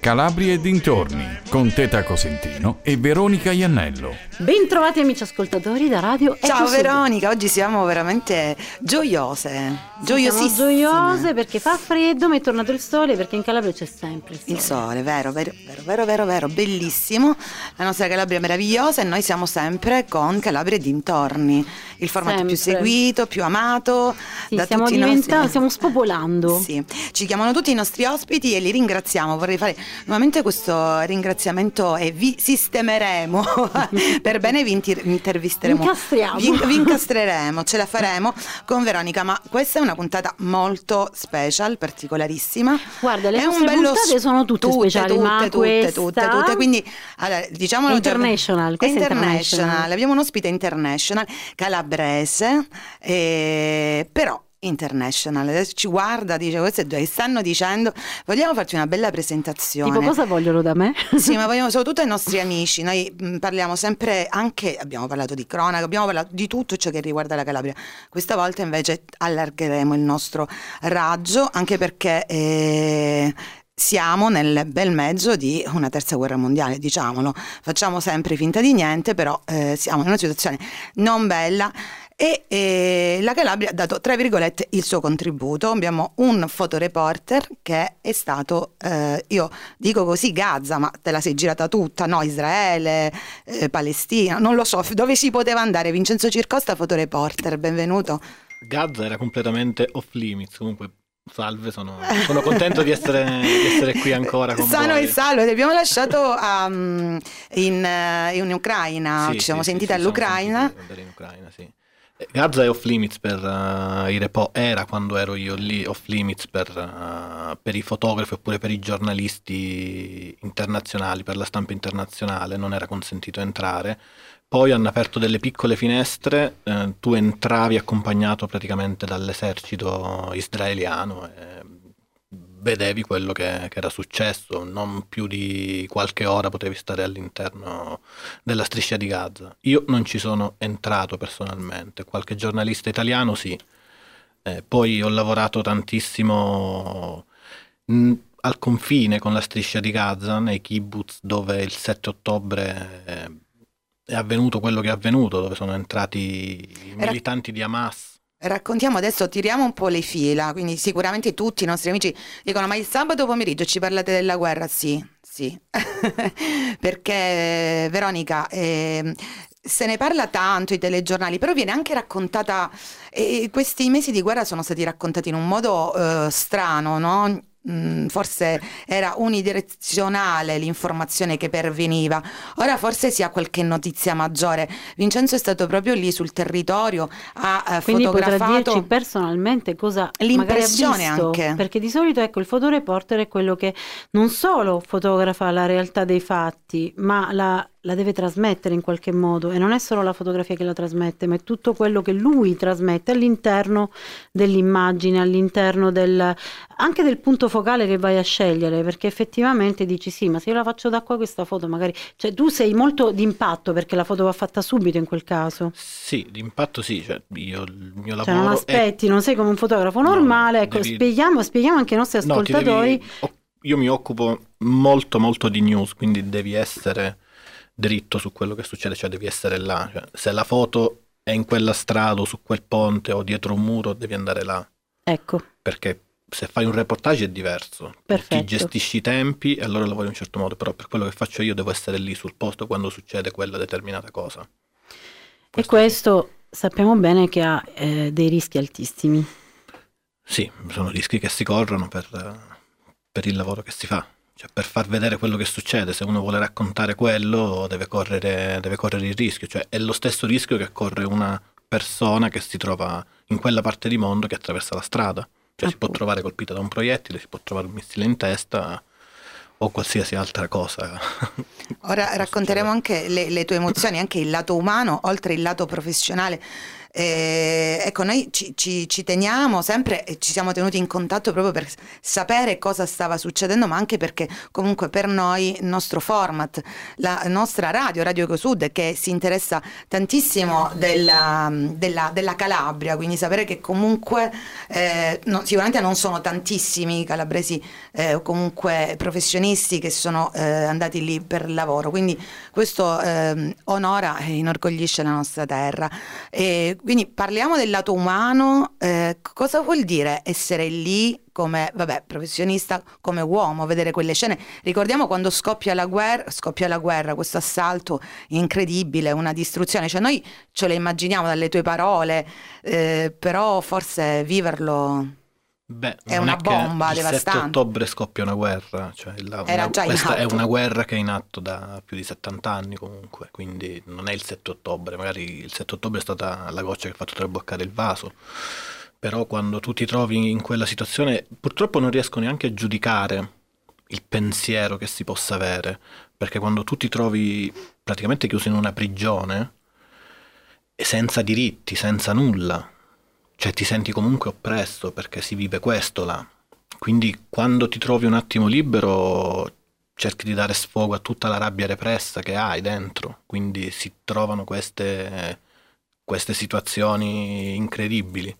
Calabria e dintorni, con Teta Cosentino e Veronica Iannello. Bentrovati amici ascoltatori da Radio Ciao Ecosud. Veronica, oggi siamo veramente gioiose, gioiosissime. Siamo gioiose perché fa freddo, ma è tornato il sole, perché in Calabria c'è sempre il sole. Vero, bellissimo. La nostra Calabria è meravigliosa e noi siamo sempre con Calabria e dintorni, il formato Sempre. più seguito, più amato da stiamo tutti i nostri... stiamo spopolando. Sì, ci chiamano tutti i nostri ospiti e li ringraziamo. Vorrei fare nuovamente questo ringraziamento e vi sistemeremo. Per bene vi intervisteremo. Vi incastreremo, ce la faremo con Veronica, ma questa è una puntata molto special, particolarissima. Guarda, le nostre puntate sono tutte speciali, ma tutte, quindi allora, diciamolo international, già, international. Abbiamo un ospite international, calabrese, però international. Adesso ci guarda, dice: queste due stanno dicendo, vogliamo farci una bella presentazione. Tipo, cosa vogliono da me? Sì, ma vogliamo soprattutto ai nostri amici. Noi parliamo sempre, anche abbiamo parlato di cronaca, abbiamo parlato di tutto ciò che riguarda la Calabria. Questa volta invece allargheremo il nostro raggio, anche perché siamo nel bel mezzo di una terza guerra mondiale, diciamolo. Facciamo sempre finta di niente, però siamo in una situazione non bella. E la Calabria ha dato, tra virgolette, il suo contributo. Abbiamo un fotoreporter che è stato, io dico così, Gaza, ma te la sei girata tutta, no? Israele, Palestina, non lo so, dove si poteva andare? Vincenzo Circosta, fotoreporter, benvenuto. Gaza era completamente off limits, comunque. Salve, sono contento di essere qui ancora con Sano voi. e salvo, ti abbiamo lasciato in Ucraina, Sì, ci siamo sentiti sì, all'Ucraina. In Ucraina, sì. Gaza è off limits per i era quando ero io lì off limits per i fotografi oppure per i giornalisti internazionali, per la stampa internazionale, non era consentito entrare. Poi hanno aperto delle piccole finestre, tu entravi accompagnato praticamente dall'esercito israeliano e vedevi quello che era successo, non più di qualche ora potevi stare all'interno della striscia di Gaza. Io non ci sono entrato personalmente, qualche giornalista italiano sì. Poi ho lavorato tantissimo al confine con la striscia di Gaza, nei kibbutz, dove il 7 ottobre... è avvenuto quello che è avvenuto, dove sono entrati i militanti di Hamas. Raccontiamo adesso, tiriamo un po' le fila, quindi sicuramente tutti i nostri amici dicono: ma il sabato pomeriggio ci parlate della guerra? Sì. Perché Veronica, se ne parla tanto, i telegiornali, però viene anche raccontata, questi mesi di guerra sono stati raccontati in un modo strano, no? Forse era unidirezionale l'informazione che perveniva, ora forse si ha qualche notizia maggiore. Vincenzo è stato proprio lì sul territorio, ha quindi fotografato. Potrà dirci personalmente cosa l'impressione magari ha visto, anche, perché di solito il fotoreporter è quello che non solo fotografa la realtà dei fatti, ma la deve trasmettere in qualche modo, e non è solo la fotografia che la trasmette, ma è tutto quello che lui trasmette all'interno dell'immagine, all'interno anche del punto focale che vai a scegliere, perché effettivamente dici: sì, ma se io la faccio da qua questa foto magari, cioè tu sei molto d'impatto perché la foto va fatta subito in quel caso. Sì, d'impatto sì, cioè io il mio lavoro, cioè non aspetti, non sei come un fotografo normale, no, ecco, spieghiamo anche ai nostri ascoltatori. Io mi occupo molto di news, quindi devi essere dritto su quello che succede, cioè devi essere là, cioè, se la foto è in quella strada o su quel ponte o dietro un muro devi andare là, ecco, perché se fai un reportage è diverso. Perfetto. Ti gestisci i tempi e allora lavori in un certo modo, però per quello che faccio io devo essere lì sul posto quando succede quella determinata cosa. E questo sappiamo bene che ha dei rischi altissimi. Sì, sono rischi che si corrono per il lavoro che si fa. Cioè, per far vedere quello che succede, se uno vuole raccontare quello deve correre il rischio, cioè è lo stesso rischio che corre una persona che si trova in quella parte di mondo che attraversa la strada, cioè si può trovare colpita da un proiettile, si può trovare un missile in testa o qualsiasi altra cosa. Ora racconteremo anche le tue emozioni, anche il lato umano, oltre il lato professionale Ecco, noi ci teniamo sempre e ci siamo tenuti in contatto proprio per sapere cosa stava succedendo, ma anche perché comunque per noi il nostro format, la nostra Radio Ecosud, che si interessa tantissimo della Calabria, quindi sapere che comunque sicuramente non sono tantissimi i calabresi o comunque professionisti che sono andati lì per lavoro, quindi questo onora e inorgoglisce la nostra terra. Quindi parliamo del lato umano, cosa vuol dire essere lì come professionista, come uomo, vedere quelle scene. Ricordiamo quando scoppia la guerra, questo assalto incredibile, una distruzione, cioè noi ce lo immaginiamo dalle tue parole, però forse viverlo è una bomba devastante. Il 7 ottobre scoppia una guerra, cioè questa è una guerra che è in atto da più di 70 anni comunque, quindi non è il 7 ottobre, magari il 7 ottobre è stata la goccia che ha fatto traboccare il vaso, però quando tu ti trovi in quella situazione purtroppo non riesco neanche a giudicare il pensiero che si possa avere, perché quando tu ti trovi praticamente chiuso in una prigione e senza diritti, senza nulla, cioè ti senti comunque oppresso perché si vive questo là. Quindi quando ti trovi un attimo libero cerchi di dare sfogo a tutta la rabbia repressa che hai dentro. Quindi si trovano queste situazioni incredibili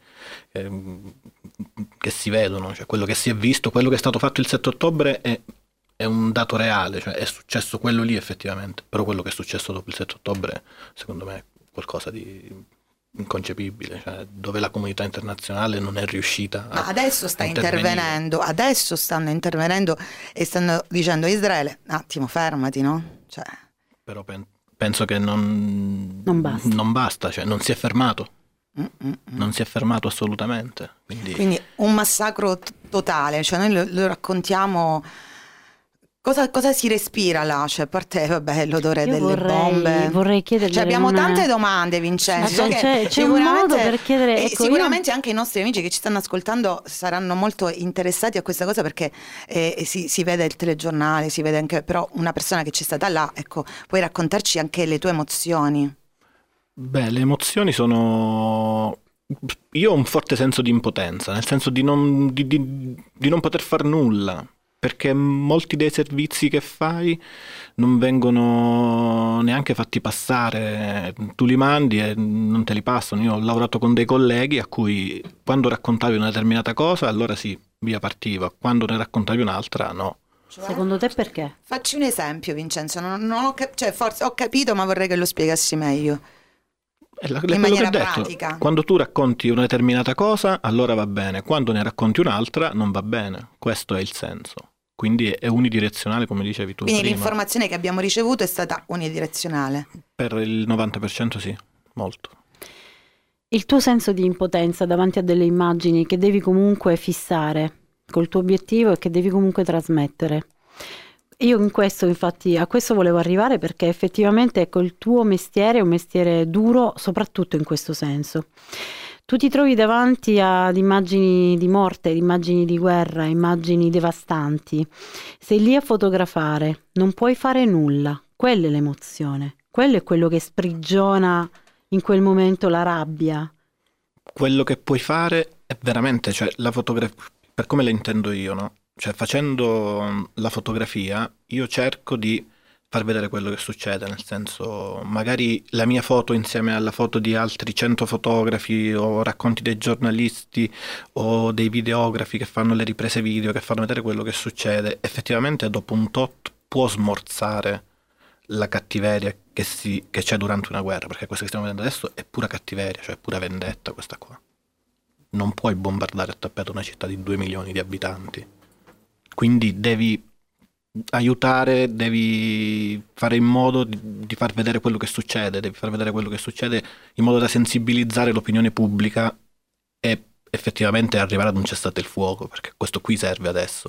che si vedono. Cioè quello che si è visto, quello che è stato fatto il 7 ottobre è un dato reale, cioè è successo quello lì effettivamente. Però quello che è successo dopo il 7 ottobre secondo me è qualcosa di inconcepibile, cioè dove la comunità internazionale non è riuscita ma adesso stanno intervenendo e stanno dicendo a Israele un attimo fermati, no? Cioè. Però penso che non basta, cioè non si è fermato. Non si è fermato assolutamente, quindi un massacro totale, cioè noi lo raccontiamo. Cosa si respira là? Cioè, a parte l'odore delle bombe. Vorrei chiedergli. Cioè, abbiamo tante domande, Vincenzo. C'è un modo per chiedere. Sicuramente anche i nostri amici che ci stanno ascoltando saranno molto interessati a questa cosa, perché si vede il telegiornale, si vede anche, però una persona che c'è stata là, ecco, puoi raccontarci anche le tue emozioni? Beh, le emozioni sono. Io ho un forte senso di impotenza, nel senso di non poter far nulla. Perché molti dei servizi che fai non vengono neanche fatti passare, tu li mandi e non te li passano. Io ho lavorato con dei colleghi a cui quando raccontavi una determinata cosa, allora sì, via partiva, quando ne raccontavi un'altra no. Secondo te perché? Facci un esempio, Vincenzo, forse ho capito, ma vorrei che lo spiegassi meglio. In maniera pratica. Quando tu racconti una determinata cosa, allora va bene, quando ne racconti un'altra non va bene, questo è il senso. Quindi è unidirezionale, come dicevi tu. Quindi prima. L'informazione che abbiamo ricevuto è stata unidirezionale? Per il 90% sì, molto. Il tuo senso di impotenza davanti a delle immagini che devi comunque fissare col tuo obiettivo e che devi comunque trasmettere. Io in questo, infatti, a questo volevo arrivare, perché effettivamente il tuo mestiere è un mestiere duro, soprattutto in questo senso. Tu ti trovi davanti ad immagini di morte, immagini di guerra, immagini devastanti. Sei lì a fotografare, non puoi fare nulla. Quella è l'emozione. Quello è quello che sprigiona in quel momento la rabbia. Quello che puoi fare è veramente, cioè la fotografia, per come la intendo io, no? Cioè facendo la fotografia io cerco di far vedere quello che succede, nel senso magari la mia foto insieme alla foto di altri 100 fotografi o racconti dei giornalisti o dei videografi che fanno le riprese video, che fanno vedere quello che succede, effettivamente dopo un tot può smorzare la cattiveria che c'è durante una guerra, perché questo che stiamo vedendo adesso è pura cattiveria, cioè pura vendetta questa qua. Non puoi bombardare a tappeto una città di 2 milioni di abitanti, quindi devi aiutare, devi fare in modo di far vedere quello che succede, devi far vedere quello che succede in modo da sensibilizzare l'opinione pubblica e effettivamente arrivare ad un cessate il fuoco, perché questo qui serve adesso.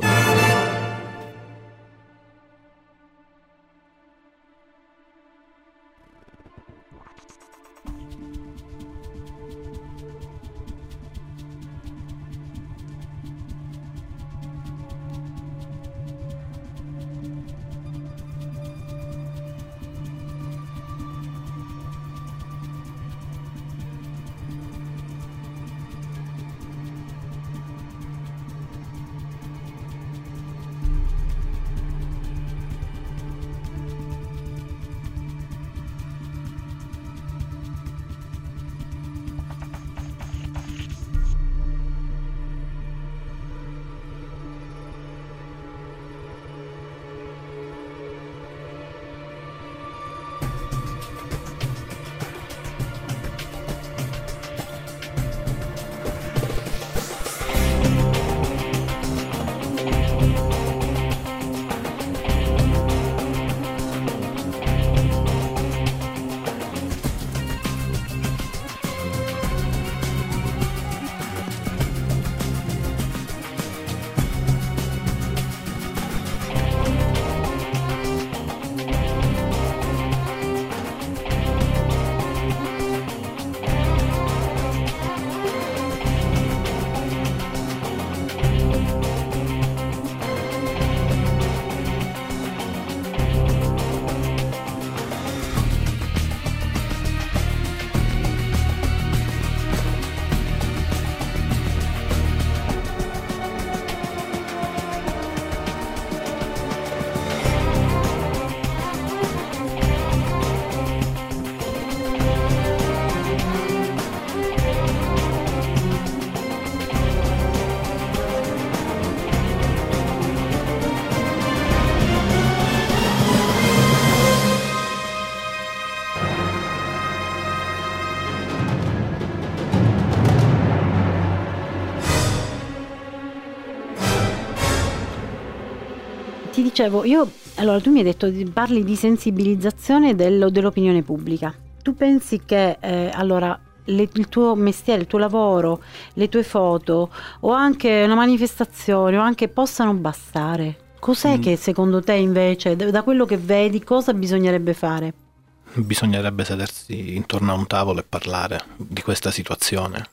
ti dicevo, allora tu mi hai detto, parli di sensibilizzazione dell'opinione pubblica. Tu pensi che allora il tuo mestiere, il tuo lavoro, le tue foto o anche una manifestazione o anche possano bastare? Cos'è che secondo te invece, da quello che vedi, cosa bisognerebbe fare? Bisognerebbe sedersi intorno a un tavolo e parlare di questa situazione.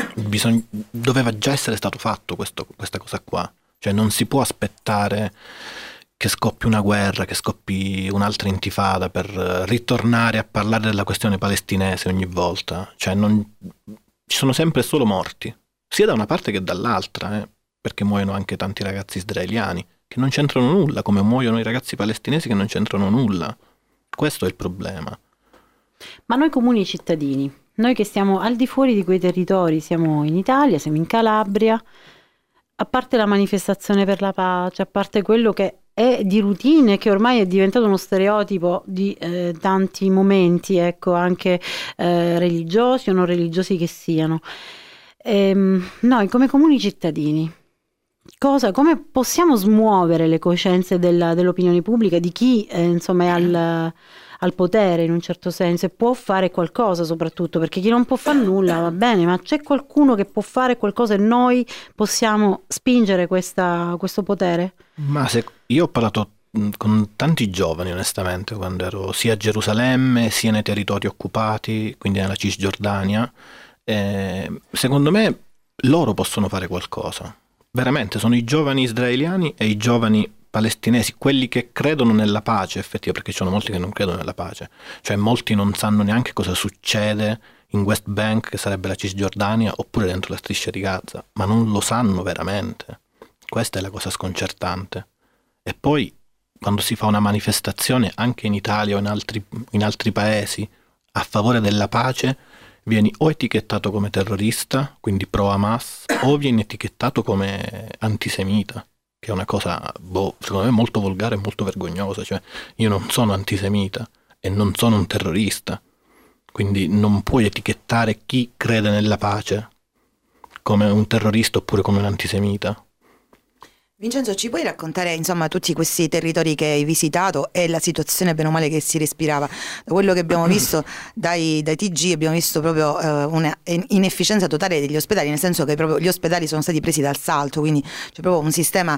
Doveva già essere stato fatto questa cosa qua. Cioè non si può aspettare che scoppi una guerra, che scoppi un'altra intifada per ritornare a parlare della questione palestinese ogni volta. Cioè ci sono sempre solo morti, sia da una parte che dall'altra, perché muoiono anche tanti ragazzi israeliani che non c'entrano nulla, come muoiono i ragazzi palestinesi che non c'entrano nulla. Questo è il problema. Ma noi comuni cittadini, noi che stiamo al di fuori di quei territori, siamo in Italia, siamo in Calabria, a parte la manifestazione per la pace, a parte quello che è di routine, che ormai è diventato uno stereotipo di tanti momenti, ecco, anche religiosi o non religiosi che siano. Noi come comuni cittadini, come possiamo smuovere le coscienze dell'opinione pubblica, di chi insomma è al potere in un certo senso e può fare qualcosa, soprattutto perché chi non può fare nulla va bene, ma c'è qualcuno che può fare qualcosa e noi possiamo spingere questo potere? Ma io ho parlato con tanti giovani onestamente quando ero sia a Gerusalemme sia nei territori occupati, quindi nella Cisgiordania. Secondo me loro possono fare qualcosa, veramente. Sono i giovani israeliani e i giovani palestinesi, quelli che credono nella pace, effettivamente, perché ci sono molti che non credono nella pace, cioè molti non sanno neanche cosa succede in West Bank, che sarebbe la Cisgiordania, oppure dentro la striscia di Gaza, ma non lo sanno veramente. Questa è la cosa sconcertante. E poi quando si fa una manifestazione anche in Italia o in altri paesi a favore della pace, vieni o etichettato come terrorista, quindi pro Hamas, o vieni etichettato come antisemita, che è una cosa, secondo me, molto volgare e molto vergognosa. Cioè, io non sono antisemita e non sono un terrorista, quindi non puoi etichettare chi crede nella pace come un terrorista oppure come un antisemita. Vincenzo, ci puoi raccontare insomma tutti questi territori che hai visitato e la situazione bene o male che si respirava? Da quello che abbiamo visto dai TG abbiamo visto proprio una inefficienza totale degli ospedali, nel senso che proprio gli ospedali sono stati presi d'assalto, quindi c'è proprio un sistema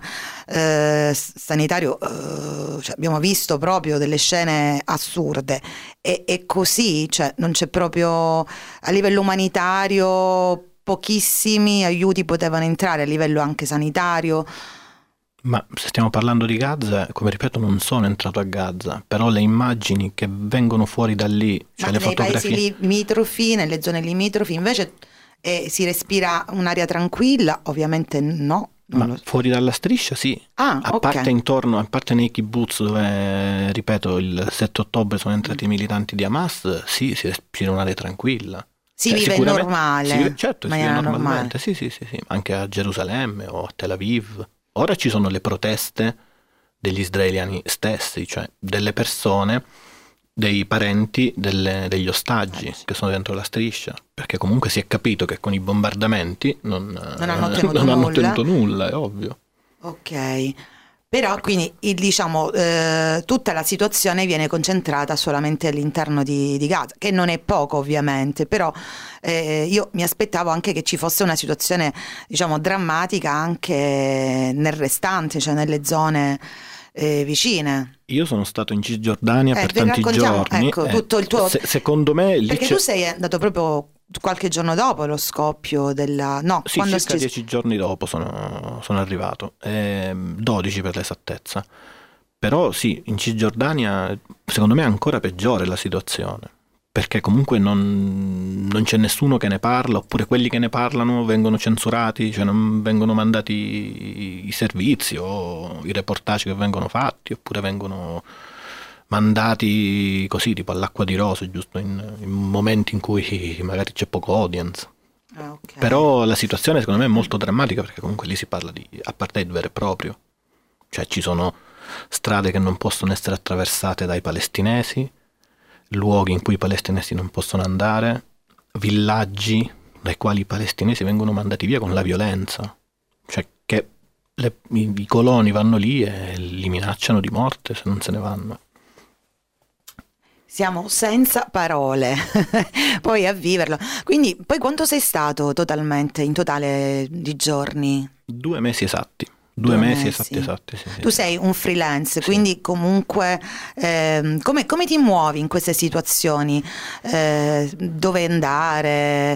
sanitario, cioè abbiamo visto proprio delle scene assurde e così, cioè non c'è proprio a livello umanitario, pochissimi aiuti potevano entrare a livello anche sanitario. Ma se stiamo parlando di Gaza, come ripeto, non sono entrato a Gaza, però le immagini che vengono fuori da lì, cioè ma le nei fotografie... paesi limitrofi, nelle zone limitrofi, invece si respira un'aria tranquilla? Ovviamente no. Ma fuori dalla striscia sì, parte intorno, a parte nei kibbutz dove, ripeto, il 7 ottobre sono entrati i militanti di Hamas, sì, si respira un'aria tranquilla. Si vive normale, certo, si vive normalmente, sì, anche a Gerusalemme o a Tel Aviv. Ora ci sono le proteste degli israeliani stessi, cioè delle persone, dei parenti degli ostaggi che sono dentro la striscia, perché comunque si è capito che con i bombardamenti non hanno ottenuto nulla, è ovvio. Ok. Però quindi diciamo tutta la situazione viene concentrata solamente all'interno di Gaza, che non è poco ovviamente, però io mi aspettavo anche che ci fosse una situazione diciamo drammatica anche nel restante, cioè nelle zone vicine. Io sono stato in Cisgiordania per tanti giorni. Ecco, tutto il tuo... secondo me lì perché tu sei andato proprio qualche giorno dopo lo scoppio della... No, sì, circa 10 giorni dopo sono arrivato, 12 per l'esattezza. Però sì, in Cisgiordania secondo me è ancora peggiore la situazione, perché comunque non c'è nessuno che ne parla, oppure quelli che ne parlano vengono censurati, cioè non vengono mandati i servizi o i reportage che vengono fatti, oppure vengono mandati così tipo all'acqua di rose, giusto in momenti in cui magari c'è poco audience. Okay. Però la situazione secondo me è molto drammatica, perché comunque lì si parla di apartheid vero e proprio, cioè ci sono strade che non possono essere attraversate dai palestinesi, luoghi in cui i palestinesi non possono andare, villaggi dai quali i palestinesi vengono mandati via con la violenza, cioè che i coloni vanno lì e li minacciano di morte se non se ne vanno. Siamo senza parole poi a viverlo. Quindi poi quanto sei stato totalmente, in totale di giorni? 2 mesi esatti. 2 mesi esatti. Sì. Tu sei un freelance, sì. Quindi comunque come ti muovi in queste situazioni? Dove andare?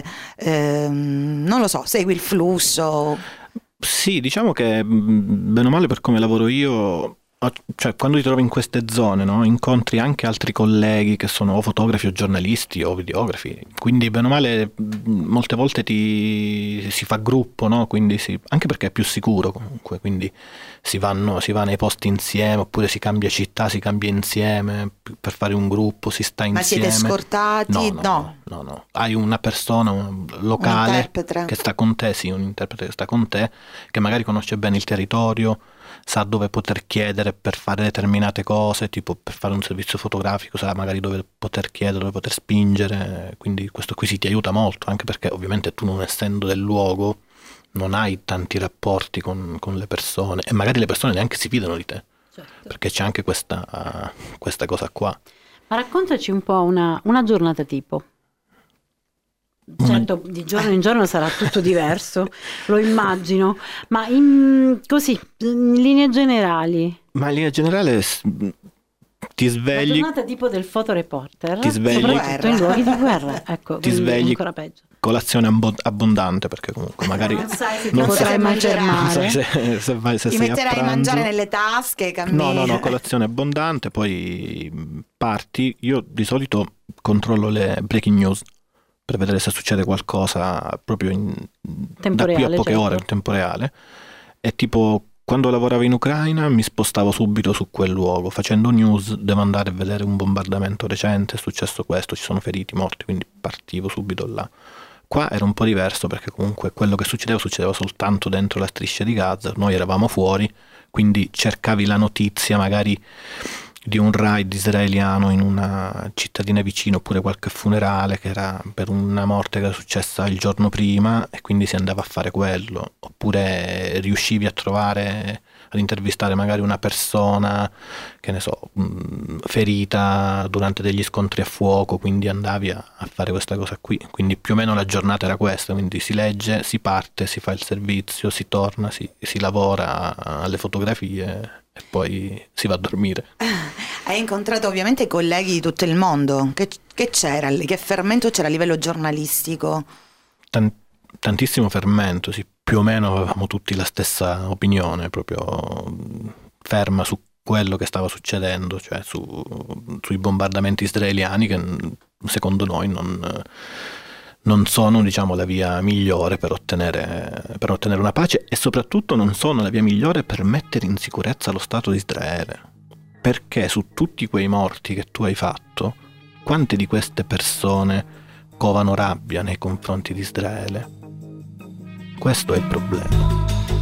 Non lo so, segui il flusso? Sì, diciamo che bene o male per come lavoro io, cioè quando ti trovi in queste zone, no, incontri anche altri colleghi che sono o fotografi o giornalisti o videografi, quindi bene o male molte volte si fa gruppo, no? Quindi anche perché è più sicuro comunque, quindi si va nei posti insieme, oppure si cambia città, si cambia insieme per fare un gruppo, si sta insieme. Ma siete scortati? No. Hai una persona locale che sta con te, sì, un interprete che sta con te, che magari conosce bene il territorio, sa dove poter chiedere per fare determinate cose, tipo per fare un servizio fotografico, sa magari dove poter chiedere, dove poter spingere, quindi questo qui ti aiuta molto, anche perché ovviamente tu, non essendo del luogo, non hai tanti rapporti con le persone, e magari le persone neanche si fidano di te, certo. Perché c'è anche questa cosa qua. Ma raccontaci un po' una giornata tipo. Certo, di giorno in giorno sarà tutto diverso, lo immagino, ma così, in linee generali. Ma in linea generale ti svegli... La giornata tipo del fotoreporter, ti svegli, soprattutto in luoghi di guerra, ecco, ti svegli ancora peggio. Colazione abbondante, perché comunque magari non sai se ti non potrai mai fermare, se ti sei metterai a mangiare nelle tasche, cammini. No, colazione abbondante, poi parti. Io di solito controllo le breaking news per vedere se succede qualcosa proprio da qui a poche ore, in tempo reale. E tipo, quando lavoravo in Ucraina mi spostavo subito su quel luogo, facendo news devo andare a vedere un bombardamento recente, è successo questo, ci sono feriti, morti, quindi partivo subito là. Qua era un po' diverso, perché comunque quello che succedeva soltanto dentro la striscia di Gaza, noi eravamo fuori, quindi cercavi la notizia magari di un raid israeliano in una cittadina vicino, oppure qualche funerale che era per una morte che era successa il giorno prima, e quindi si andava a fare quello, oppure riuscivi a trovare, ad intervistare magari una persona, che ne so, ferita durante degli scontri a fuoco, quindi andavi a fare questa cosa qui. Quindi più o meno la giornata era questa, quindi si legge, si parte, si fa il servizio, si torna, si lavora alle fotografie e poi si va a dormire. Hai incontrato ovviamente colleghi di tutto il mondo. Che c'era? Che fermento c'era a livello giornalistico? Tantissimo fermento, sì. Più o meno avevamo tutti la stessa opinione, proprio ferma su quello che stava succedendo, cioè sui bombardamenti israeliani, che secondo noi non sono, diciamo, la via migliore per ottenere una pace, e soprattutto non sono la via migliore per mettere in sicurezza lo Stato di Israele, perché su tutti quei morti che tu hai fatto, quante di queste persone covano rabbia nei confronti di Israele? Questo è il problema.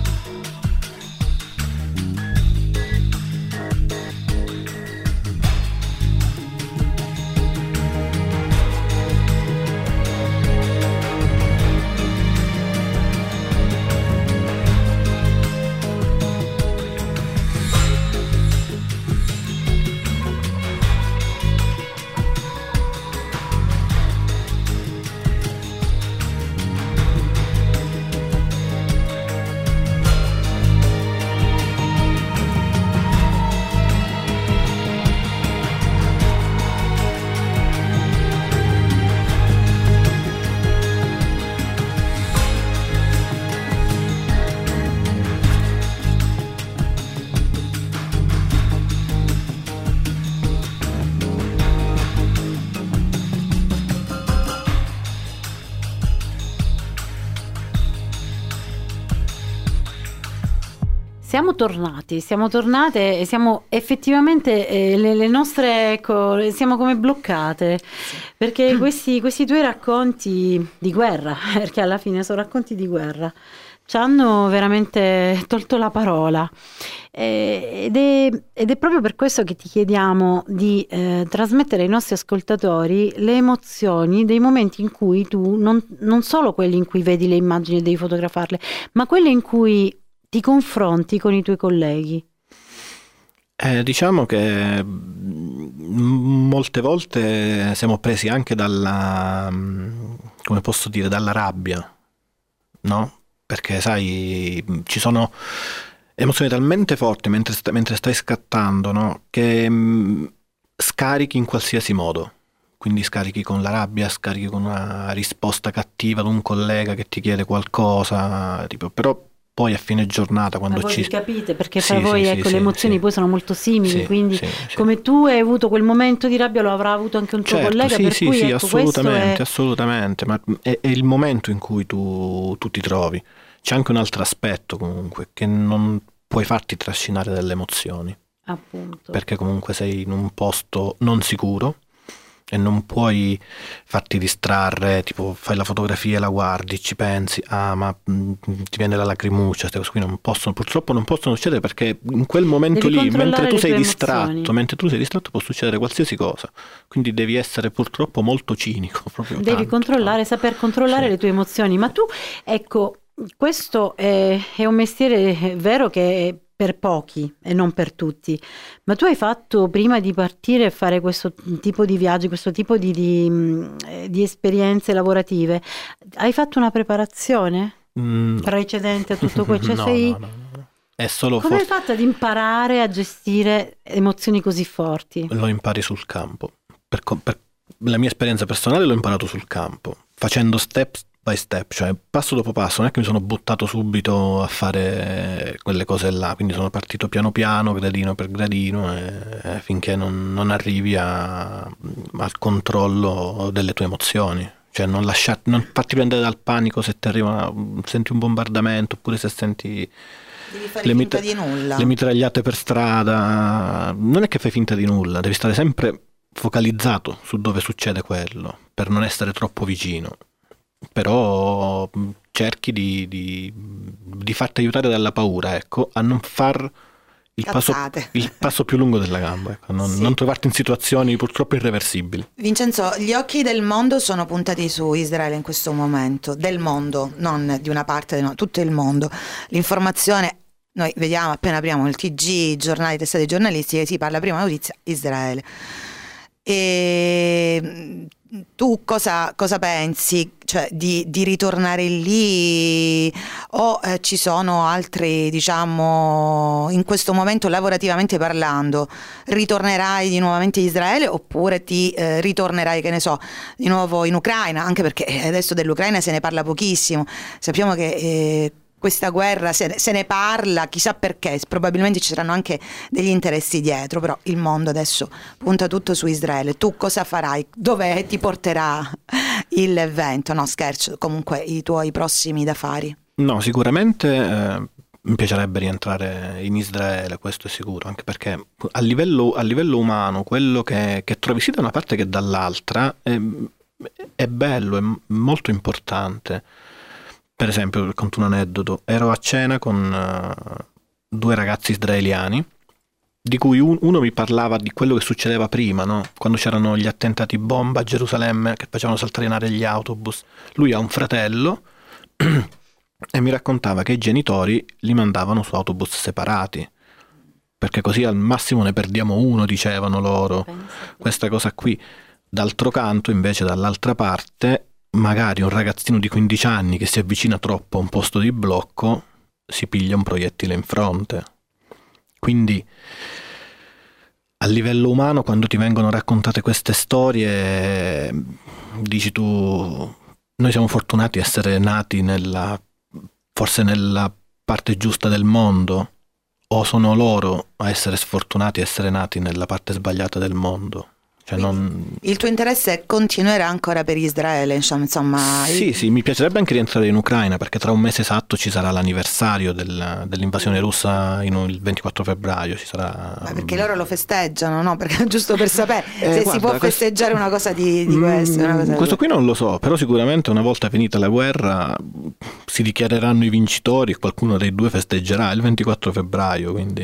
Siamo tornate e siamo effettivamente le nostre, ecco, siamo come bloccate, perché questi tuoi racconti di guerra, perché alla fine sono racconti di guerra, ci hanno veramente tolto la parola, ed è proprio per questo che ti chiediamo di trasmettere ai nostri ascoltatori le emozioni dei momenti in cui tu, non solo quelli in cui vedi le immagini e devi fotografarle, ma quelli in cui ti confronti con i tuoi colleghi? Diciamo che molte volte siamo presi anche dalla, come posso dire, dalla rabbia, no? Perché sai, ci sono emozioni talmente forti mentre stai scattando, no? Che scarichi in qualsiasi modo. Quindi scarichi con la rabbia, scarichi con una risposta cattiva ad un collega che ti chiede qualcosa, tipo, però poi a fine giornata quando voi ci... capite, perché Sì, fra voi sì, ecco, sì, le emozioni sì. poi sono molto simili, Sì, quindi sì, sì. come tu hai avuto quel momento di rabbia lo avrà avuto anche un tuo Certo, collega, sì, per sì, cui sì, ecco, assolutamente, questo assolutamente, ma è il momento in cui tu ti trovi. C'è anche un altro aspetto comunque, che non puoi farti trascinare dalle emozioni, appunto. perché comunque sei in un posto non sicuro e non puoi farti distrarre, tipo fai la fotografia, la guardi, ci pensi, ma ti viene la lacrimuccia, queste cose qui purtroppo non possono succedere, perché in quel momento Devi lì, mentre controllare tu le sei tue distratto, emozioni. può succedere qualsiasi cosa, quindi devi essere purtroppo molto cinico, proprio Devi tanto, controllare, tanto. saper controllare Sì. le tue emozioni, ma tu, ecco, questo è un mestiere vero che è per pochi e non per tutti, ma tu hai fatto prima di partire a fare questo tipo di viaggi, questo tipo di esperienze lavorative, hai fatto una preparazione No. precedente a tutto questo? Cioè No. È solo come hai forse fatto ad imparare a gestire emozioni così forti? lo impari sul campo. Per la mia esperienza personale l'ho imparato sul campo, facendo step by step, cioè passo dopo passo. Non è che mi sono buttato subito a fare quelle cose là, quindi sono partito piano piano, gradino per gradino, finché non arrivi al controllo delle tue emozioni. Cioè non farti prendere dal panico se ti arriva, senti un bombardamento, oppure se senti Devi fare finta di nulla. le mitragliate per strada. Non è che fai finta di nulla, devi stare sempre focalizzato su dove succede quello, per non essere troppo vicino. Però cerchi di farti aiutare dalla paura, ecco, a non far il passo più lungo della gamba, ecco, non trovarti in situazioni purtroppo irreversibili. Vincenzo, gli occhi del mondo sono puntati su Israele in questo momento, del mondo, non di una parte, no, tutto il mondo. L'informazione, noi vediamo appena apriamo il TG, i giornali, testate giornalistiche, si parla prima notizia Israele. E tu cosa pensi, cioè, di ritornare lì, o ci sono altri, diciamo, in questo momento lavorativamente parlando, ritornerai di nuovamente in Israele, oppure ti ritornerai, che ne so, di nuovo in Ucraina, anche perché adesso dell'Ucraina se ne parla pochissimo, sappiamo che questa guerra se ne parla, chissà perché, probabilmente ci saranno anche degli interessi dietro, però il mondo adesso punta tutto su Israele. Tu cosa farai? Dove ti porterà il vento? No, scherzo, comunque i tuoi prossimi da fari. No, sicuramente mi piacerebbe rientrare in Israele, questo è sicuro, anche perché a livello umano quello che trovi sia da una parte che dall'altra è bello, è molto importante. Per esempio, racconto un aneddoto: ero a cena con due ragazzi israeliani, di cui uno mi parlava di quello che succedeva prima, no? Quando c'erano gli attentati bomba a Gerusalemme che facevano saltare in aria gli autobus. Lui ha un fratello e mi raccontava che i genitori li mandavano su autobus separati, perché così al massimo ne perdiamo uno, dicevano loro. Questa cosa qui. D'altro canto, invece, dall'altra parte, magari un ragazzino di 15 anni che si avvicina troppo a un posto di blocco si piglia un proiettile in fronte. Quindi a livello umano, quando ti vengono raccontate queste storie, dici tu, noi siamo fortunati a essere nati forse nella parte giusta del mondo, o sono loro a essere sfortunati a essere nati nella parte sbagliata del mondo? Cioè il tuo interesse continuerà ancora per Israele, insomma. Sì, mi piacerebbe anche rientrare in Ucraina, perché tra un mese esatto ci sarà l'anniversario dell'invasione russa, il 24 febbraio ci sarà. Ma perché loro lo festeggiano, no? Perché giusto per sapere se guarda, si può festeggiare una cosa di questo. Questo qui non lo so, però sicuramente una volta finita la guerra si dichiareranno i vincitori e qualcuno dei due festeggerà il 24 febbraio, quindi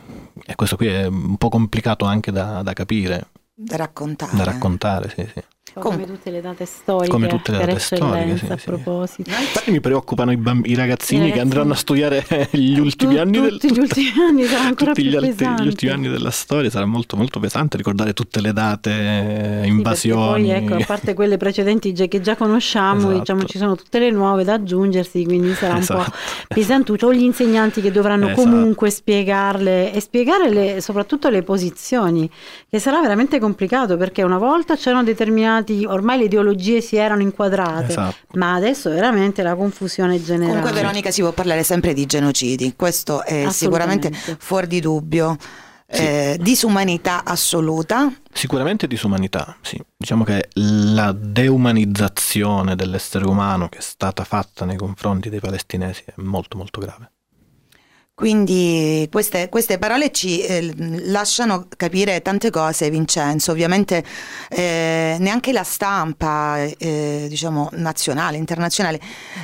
questo qui è un po' complicato anche da capire. Da raccontare. Da raccontare, sì. Come tutte le date storiche, come tutte le per date storiche, eccellenza, a sì. proposito. Infatti mi preoccupano i ragazzini che andranno a studiare gli ultimi anni tutti gli ultimi anni saranno ancora tutti più gli pesanti. gli ultimi anni della storia sarà molto molto pesante ricordare tutte le date, invasioni. Sì, poi ecco, a parte quelle precedenti che già conosciamo, Esatto. diciamo ci sono tutte le nuove da aggiungersi, quindi sarà un po' Esatto. pesantuccio. O gli insegnanti che dovranno Esatto. comunque spiegarle e spiegare soprattutto le posizioni, che sarà veramente complicato, perché una volta c'erano determinati, ormai le ideologie si erano inquadrate, Esatto. ma adesso veramente la confusione generale. Comunque Veronica, si può parlare sempre di genocidi, questo è sicuramente fuori di dubbio. Disumanità assoluta. Sicuramente disumanità, sì. Diciamo che la deumanizzazione dell'essere umano che è stata fatta nei confronti dei palestinesi è molto molto grave. Quindi queste parole ci lasciano capire tante cose, Vincenzo. Ovviamente neanche la stampa, diciamo nazionale, internazionale,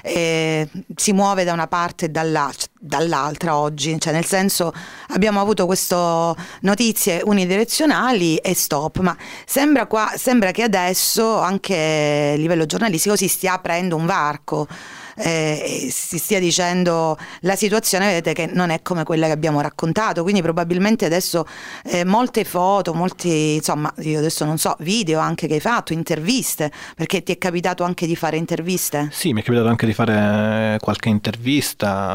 si muove da una parte e dall'altra oggi. Cioè, nel senso, abbiamo avuto queste notizie unidirezionali e stop, ma sembra che adesso anche a livello giornalistico si stia aprendo un varco. Si stia dicendo la situazione, vedete, che non è come quella che abbiamo raccontato, quindi probabilmente adesso molte foto, molti, insomma, io adesso non so, video anche che hai fatto, interviste, perché ti è capitato anche di fare interviste? Sì, mi è capitato anche di fare qualche intervista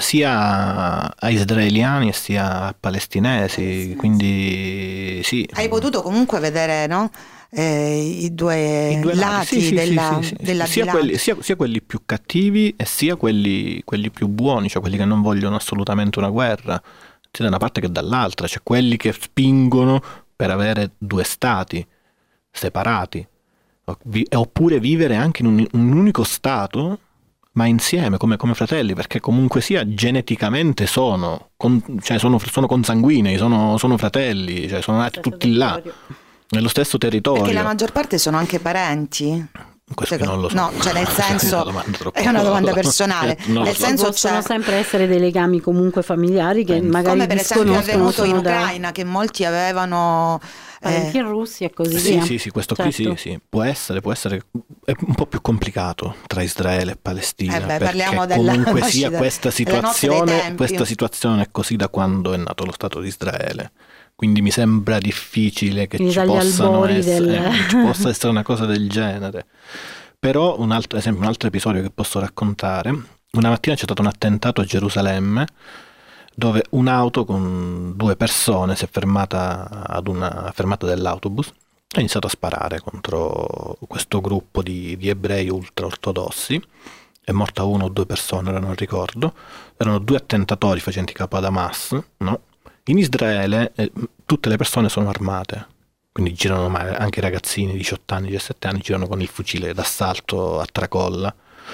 sia a israeliani sia a palestinesi, quindi sì. Hai potuto comunque vedere, no? I due lati sì, della sia quelli più cattivi e sia quelli più buoni, cioè quelli che non vogliono assolutamente una guerra, sia da una parte che dall'altra, cioè quelli che spingono per avere due stati separati, oppure vivere anche in un unico stato ma insieme come fratelli, perché comunque sia geneticamente sono consanguinei, sono fratelli, cioè sono nati tutti là nello stesso territorio. Perché la maggior parte sono anche parenti. Questo non lo so. No, cioè nel senso è una domanda personale. Nel senso possono sempre essere dei legami comunque familiari che magari come per esempio è avvenuto in da Ucraina, che molti avevano parenti in Russia e così via. Sì, questo certo. qui sì. Può essere è un po' più complicato tra Israele e Palestina, parliamo perché comunque sia questa situazione è così da quando è nato lo Stato di Israele. Quindi mi sembra difficile che ci possa essere una cosa del genere. Però un altro episodio che posso raccontare: una mattina c'è stato un attentato a Gerusalemme dove un'auto con 2 persone si è fermata ad una fermata dell'autobus e ha iniziato a sparare contro questo gruppo di ebrei ultra-ortodossi. È morta 1 o 2 persone, ora non ricordo. Erano 2 attentatori facenti capo ad Hamas, no? In Israele tutte le persone sono armate, quindi girano anche i ragazzini di 18 anni, 17 anni, girano con il fucile d'assalto a tracolla.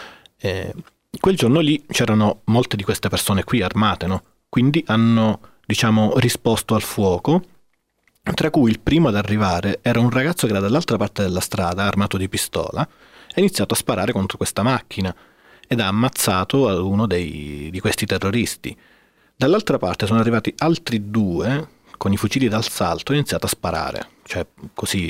Quel giorno lì c'erano molte di queste persone qui armate, no? Quindi hanno, diciamo, risposto al fuoco, tra cui il primo ad arrivare era un ragazzo che era dall'altra parte della strada, armato di pistola, e ha iniziato a sparare contro questa macchina ed ha ammazzato uno di questi terroristi. Dall'altra parte sono arrivati altri 2 con i fucili d'assalto e hanno iniziato a sparare, cioè così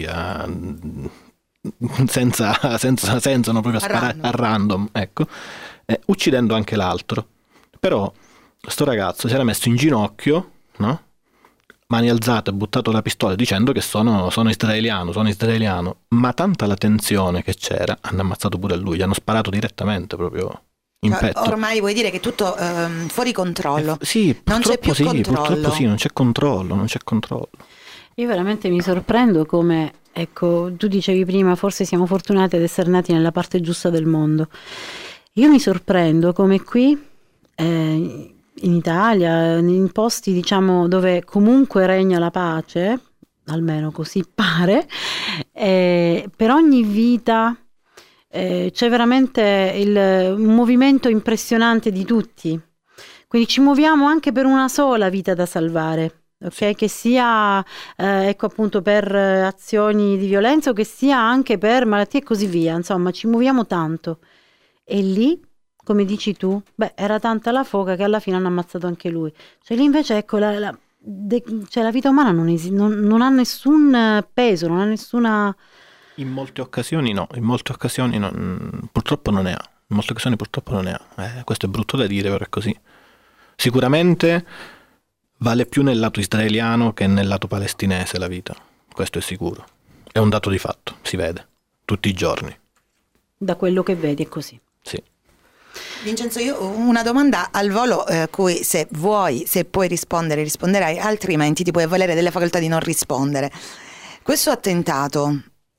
senza no, proprio a sparare a random, ecco, uccidendo anche l'altro. Però sto ragazzo si era messo in ginocchio, no? Mani alzate, ha buttato la pistola dicendo che sono israeliano, ma tanta la tensione che c'era, hanno ammazzato pure lui, gli hanno sparato direttamente proprio in petto. Ormai vuoi dire che tutto fuori controllo. Sì, non c'è più controllo. Purtroppo sì, non c'è controllo. Io veramente mi sorprendo come, ecco, tu dicevi prima, forse siamo fortunati ad essere nati nella parte giusta del mondo. Io mi sorprendo come qui in Italia, in posti diciamo dove comunque regna la pace, almeno così pare, per ogni vita c'è veramente un movimento impressionante di tutti, quindi ci muoviamo anche per una sola vita da salvare, ok? Che sia ecco appunto per azioni di violenza o che sia anche per malattie e così via, insomma ci muoviamo tanto. E lì, come dici tu, era tanta la foga che alla fine hanno ammazzato anche lui. Cioè lì invece ecco la vita umana non ha nessun peso, non ha nessuna In molte occasioni no, purtroppo non ne ha. In molte occasioni purtroppo non ne ha. Questo è brutto da dire, però è così. Sicuramente vale più nel lato israeliano che nel lato palestinese la vita, questo è sicuro. È un dato di fatto, si vede, tutti i giorni. Da quello che vedi è così. Sì. Vincenzo, io ho una domanda al volo, cui se puoi rispondere, risponderai, altrimenti ti puoi avvalere della facoltà di non rispondere. Questo attentato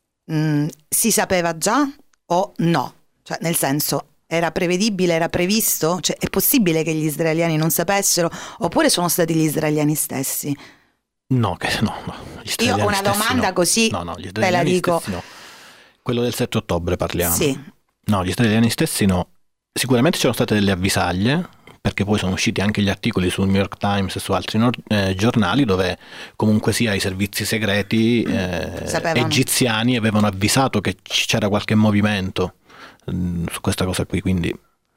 si sapeva già o no? Cioè, nel senso, era prevedibile, era previsto? Cioè, è possibile che gli israeliani non sapessero, oppure sono stati gli israeliani stessi? No. Gli israeliani io ho una domanda no. così, gli te la dico. No. Quello del 7 ottobre parliamo. Sì. No, gli israeliani stessi no. Sicuramente c'erano state delle avvisaglie, perché poi sono usciti anche gli articoli sul New York Times e su altri giornali dove comunque sia i servizi segreti egiziani avevano avvisato che c'era qualche movimento su questa cosa qui, quindi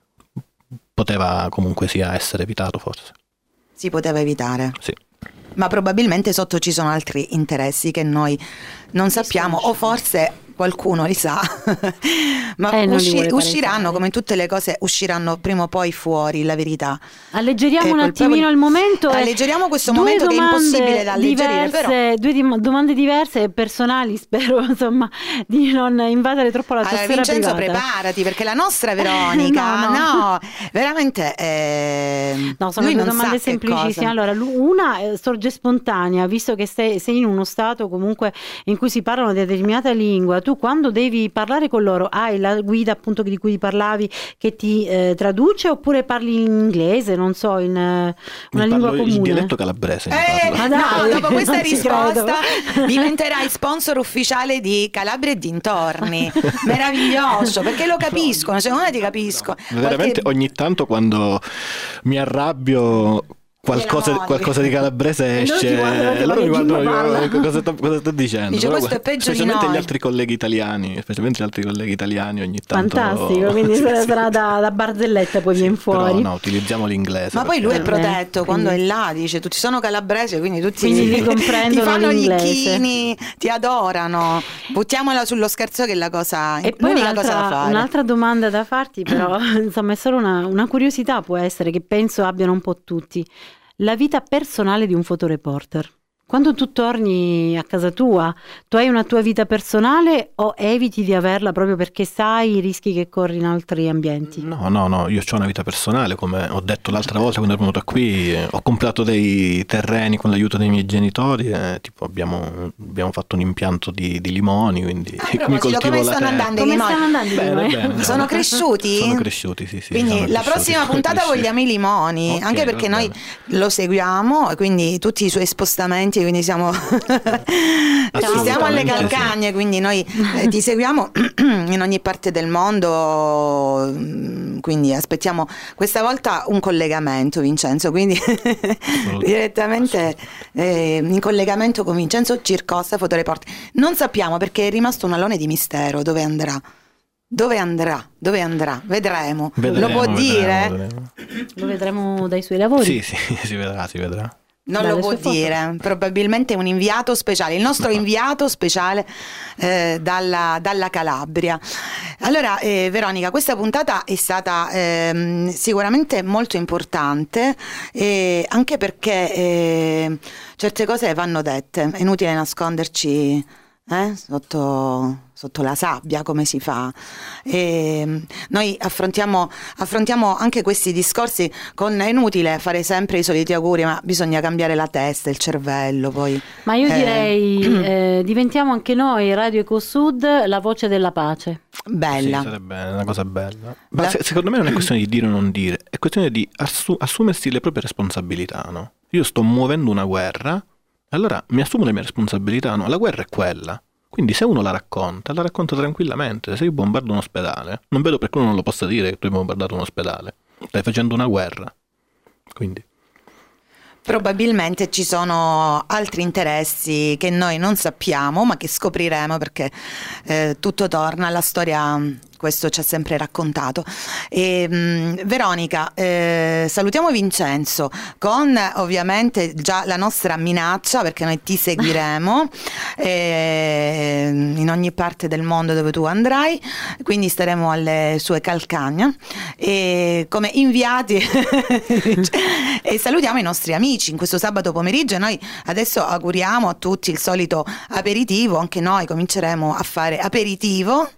poteva comunque sia essere evitato, forse. Si poteva evitare? Sì. Ma probabilmente sotto ci sono altri interessi che noi non sappiamo, o forse qualcuno li sa, ma usciranno, come tutte le cose, usciranno prima o poi fuori la verità. Alleggeriamo un attimino il momento. Alleggeriamo questo momento che è impossibile da alleggerire, però. Due domande diverse e personali, spero insomma di non invadere troppo la tua sfera Vincenzo, privata. preparati, perché la nostra Veronica, no, veramente no, sono due domande semplicissime. Allora, una sorge spontanea, visto che sei in uno stato comunque in cui si parlano di determinata lingua. Tu quando devi parlare con loro hai la guida appunto di cui parlavi che ti traduce, oppure parli in inglese, non so, in una lingua comune? Il dialetto calabrese. No, dopo questa risposta diventerai sponsor ufficiale di Calabria e dintorni. Meraviglioso, perché lo capiscono, secondo me ti capisco. Veramente ogni tanto quando mi arrabbio qualcosa di calabrese esce, allora mi guardano, cosa sto dicendo? Dice, questo è peggio di noi. Specialmente gli altri colleghi italiani ogni tanto. Fantastico, quindi sarà da barzelletta poi viene fuori. Però no, utilizziamo l'inglese. Ma poi lui è protetto, quando è là dice tutti sono calabresi, quindi tutti li comprendono, ti fanno l'inglese. Gli chini, ti adorano. Buttiamola sullo scherzo che è la cosa, e poi l'unica cosa da fare. Un'altra domanda da farti, però insomma è solo una curiosità, può essere, che penso abbiano un po' tutti. La vita personale di un fotoreporter. Quando tu torni a casa tua, tu hai una tua vita personale o eviti di averla proprio perché sai i rischi che corri in altri ambienti? No, io ho una vita personale, come ho detto l'altra volta quando ero venuto qui, ho comprato dei terreni con l'aiuto dei miei genitori, tipo abbiamo fatto un impianto di limoni, quindi mi coltivo come la stanno terra. andando i limoni? Bene. Sono cresciuti? Sono cresciuti, sì. Quindi la prossima puntata vogliamo i limoni, okay, anche perché noi lo seguiamo, quindi tutti i suoi spostamenti, quindi siamo alle calcagne, sì. Quindi noi ti seguiamo in ogni parte del mondo, quindi aspettiamo questa volta un collegamento, Vincenzo, quindi direttamente in collegamento con Vincenzo Circosta, fotoreporter. Non sappiamo, perché è rimasto un alone di mistero, dove andrà? Vedremo. Lo può dire? Lo vedremo dai suoi lavori. Sì, si vedrà. Non lo può dire, probabilmente un inviato speciale, il nostro inviato speciale dalla Calabria. Allora, Veronica, questa puntata è stata sicuramente molto importante, anche perché certe cose vanno dette, è inutile nasconderci sotto la sabbia, come si fa. Noi affrontiamo anche questi discorsi è inutile fare sempre i soliti auguri, ma bisogna cambiare la testa, il cervello poi. Ma io direi diventiamo anche noi Radio Ecosud la voce della pace. Bella. Sì, sarebbe una cosa bella. Ma secondo me non è questione di dire o non dire, è questione di assumersi le proprie responsabilità, no? Io sto muovendo una guerra, allora mi assumo le mie responsabilità, no? La guerra è quella. Quindi se uno la racconta tranquillamente. Se io bombardo un ospedale, non vedo perché uno non lo possa dire che tu hai bombardato un ospedale. Stai facendo una guerra. Quindi probabilmente ci sono altri interessi che noi non sappiamo, ma che scopriremo, perché tutto torna alla storia questo ci ha sempre raccontato. Veronica, salutiamo Vincenzo con ovviamente già la nostra minaccia, perché noi ti seguiremo in ogni parte del mondo dove tu andrai, quindi staremo alle sue calcagna come inviati e salutiamo i nostri amici in questo sabato pomeriggio. Noi adesso auguriamo a tutti il solito aperitivo, anche noi cominceremo a fare aperitivo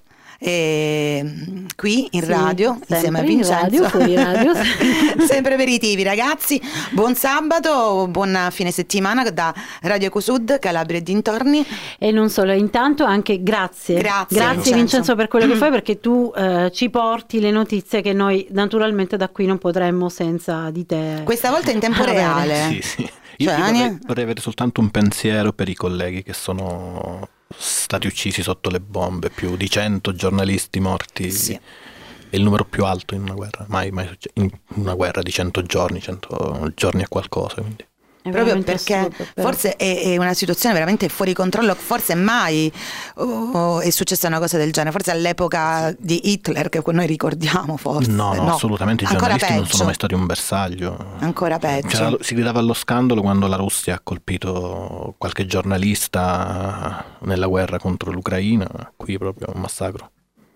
qui in radio insieme a Vincenzo, fuori radio. sempre aperitivi, ragazzi. Buon sabato, buon fine settimana da Radio Ecosud, Calabria e dintorni. E non solo, intanto anche grazie Vincenzo per quello che fai, perché tu ci porti le notizie che noi naturalmente da qui non potremmo senza di te. Questa volta in tempo reale. Sì. Io vorrei avere soltanto un pensiero per i colleghi che sono stati uccisi sotto le bombe, più di 100 giornalisti morti. Sì. È il numero più alto in una guerra, mai in una guerra di 100 giorni e qualcosa, quindi. Proprio perché forse è una situazione veramente fuori controllo, forse mai è successa una cosa del genere, forse all'epoca di Hitler, che noi ricordiamo, forse. No, assolutamente, i giornalisti non sono mai stati un bersaglio. Ancora peggio. Si gridava allo scandalo quando la Russia ha colpito qualche giornalista nella guerra contro l'Ucraina, qui proprio un massacro.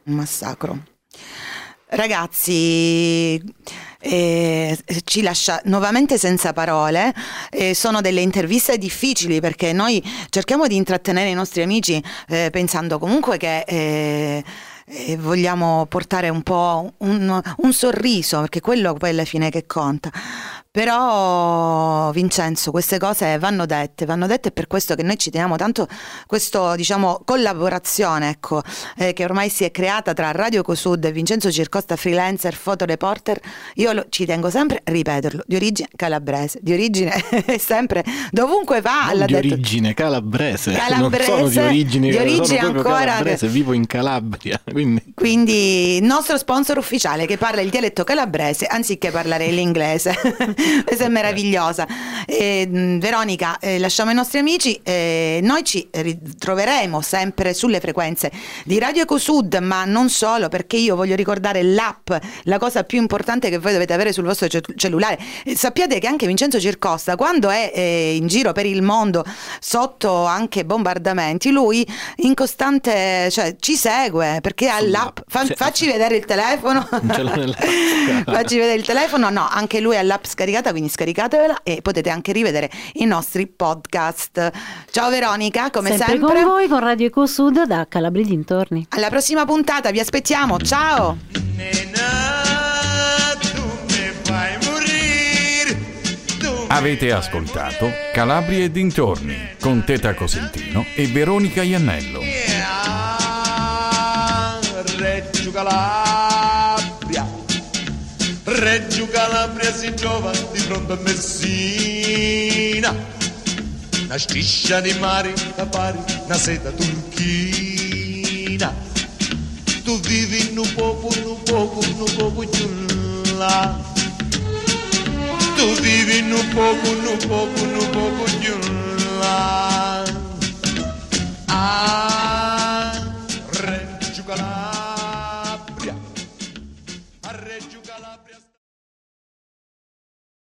Ragazzi, ci lascia nuovamente senza parole. Sono delle interviste difficili, perché noi cerchiamo di intrattenere i nostri amici pensando comunque che vogliamo portare un po' un sorriso, perché quello poi alla fine che conta. Però Vincenzo, queste cose vanno dette, è per questo che noi ci teniamo tanto questo, diciamo, collaborazione, ecco, che ormai si è creata tra Radio Ecosud e Vincenzo Circosta, freelancer, fotoreporter. Io ci tengo sempre a ripeterlo, di origine calabrese, di origine sempre, dovunque va. Origine calabrese, non sono di origine ancora calabrese, vivo in Calabria. Quindi il nostro sponsor ufficiale che parla il dialetto calabrese anziché parlare l'inglese. Questa è meravigliosa. Veronica, lasciamo i nostri amici, noi ci ritroveremo sempre sulle frequenze di Radio Ecosud, ma non solo, perché io voglio ricordare l'app, la cosa più importante che voi dovete avere sul vostro cellulare. Sappiate che anche Vincenzo Circosta, quando è in giro per il mondo sotto anche bombardamenti, lui in costante, cioè ci segue, perché ha l'app. Facci vedere il telefono. Facci vedere il telefono. No, anche lui ha l'app scaricata, quindi scaricatevela e potete anche rivedere i nostri podcast. Ciao Veronica, come sempre con voi con Radio Ecosud da Calabria e dintorni. Alla prossima puntata, vi aspettiamo, ciao. Avete ascoltato Calabria e dintorni con Teta Cosentino e Veronica Iannello. Reggio Calabria si trova di fronte a Messina, una striscia di mare da pari, una seta turchina. Tu vivi in un poco giù là. Tu vivi in un poco giù là.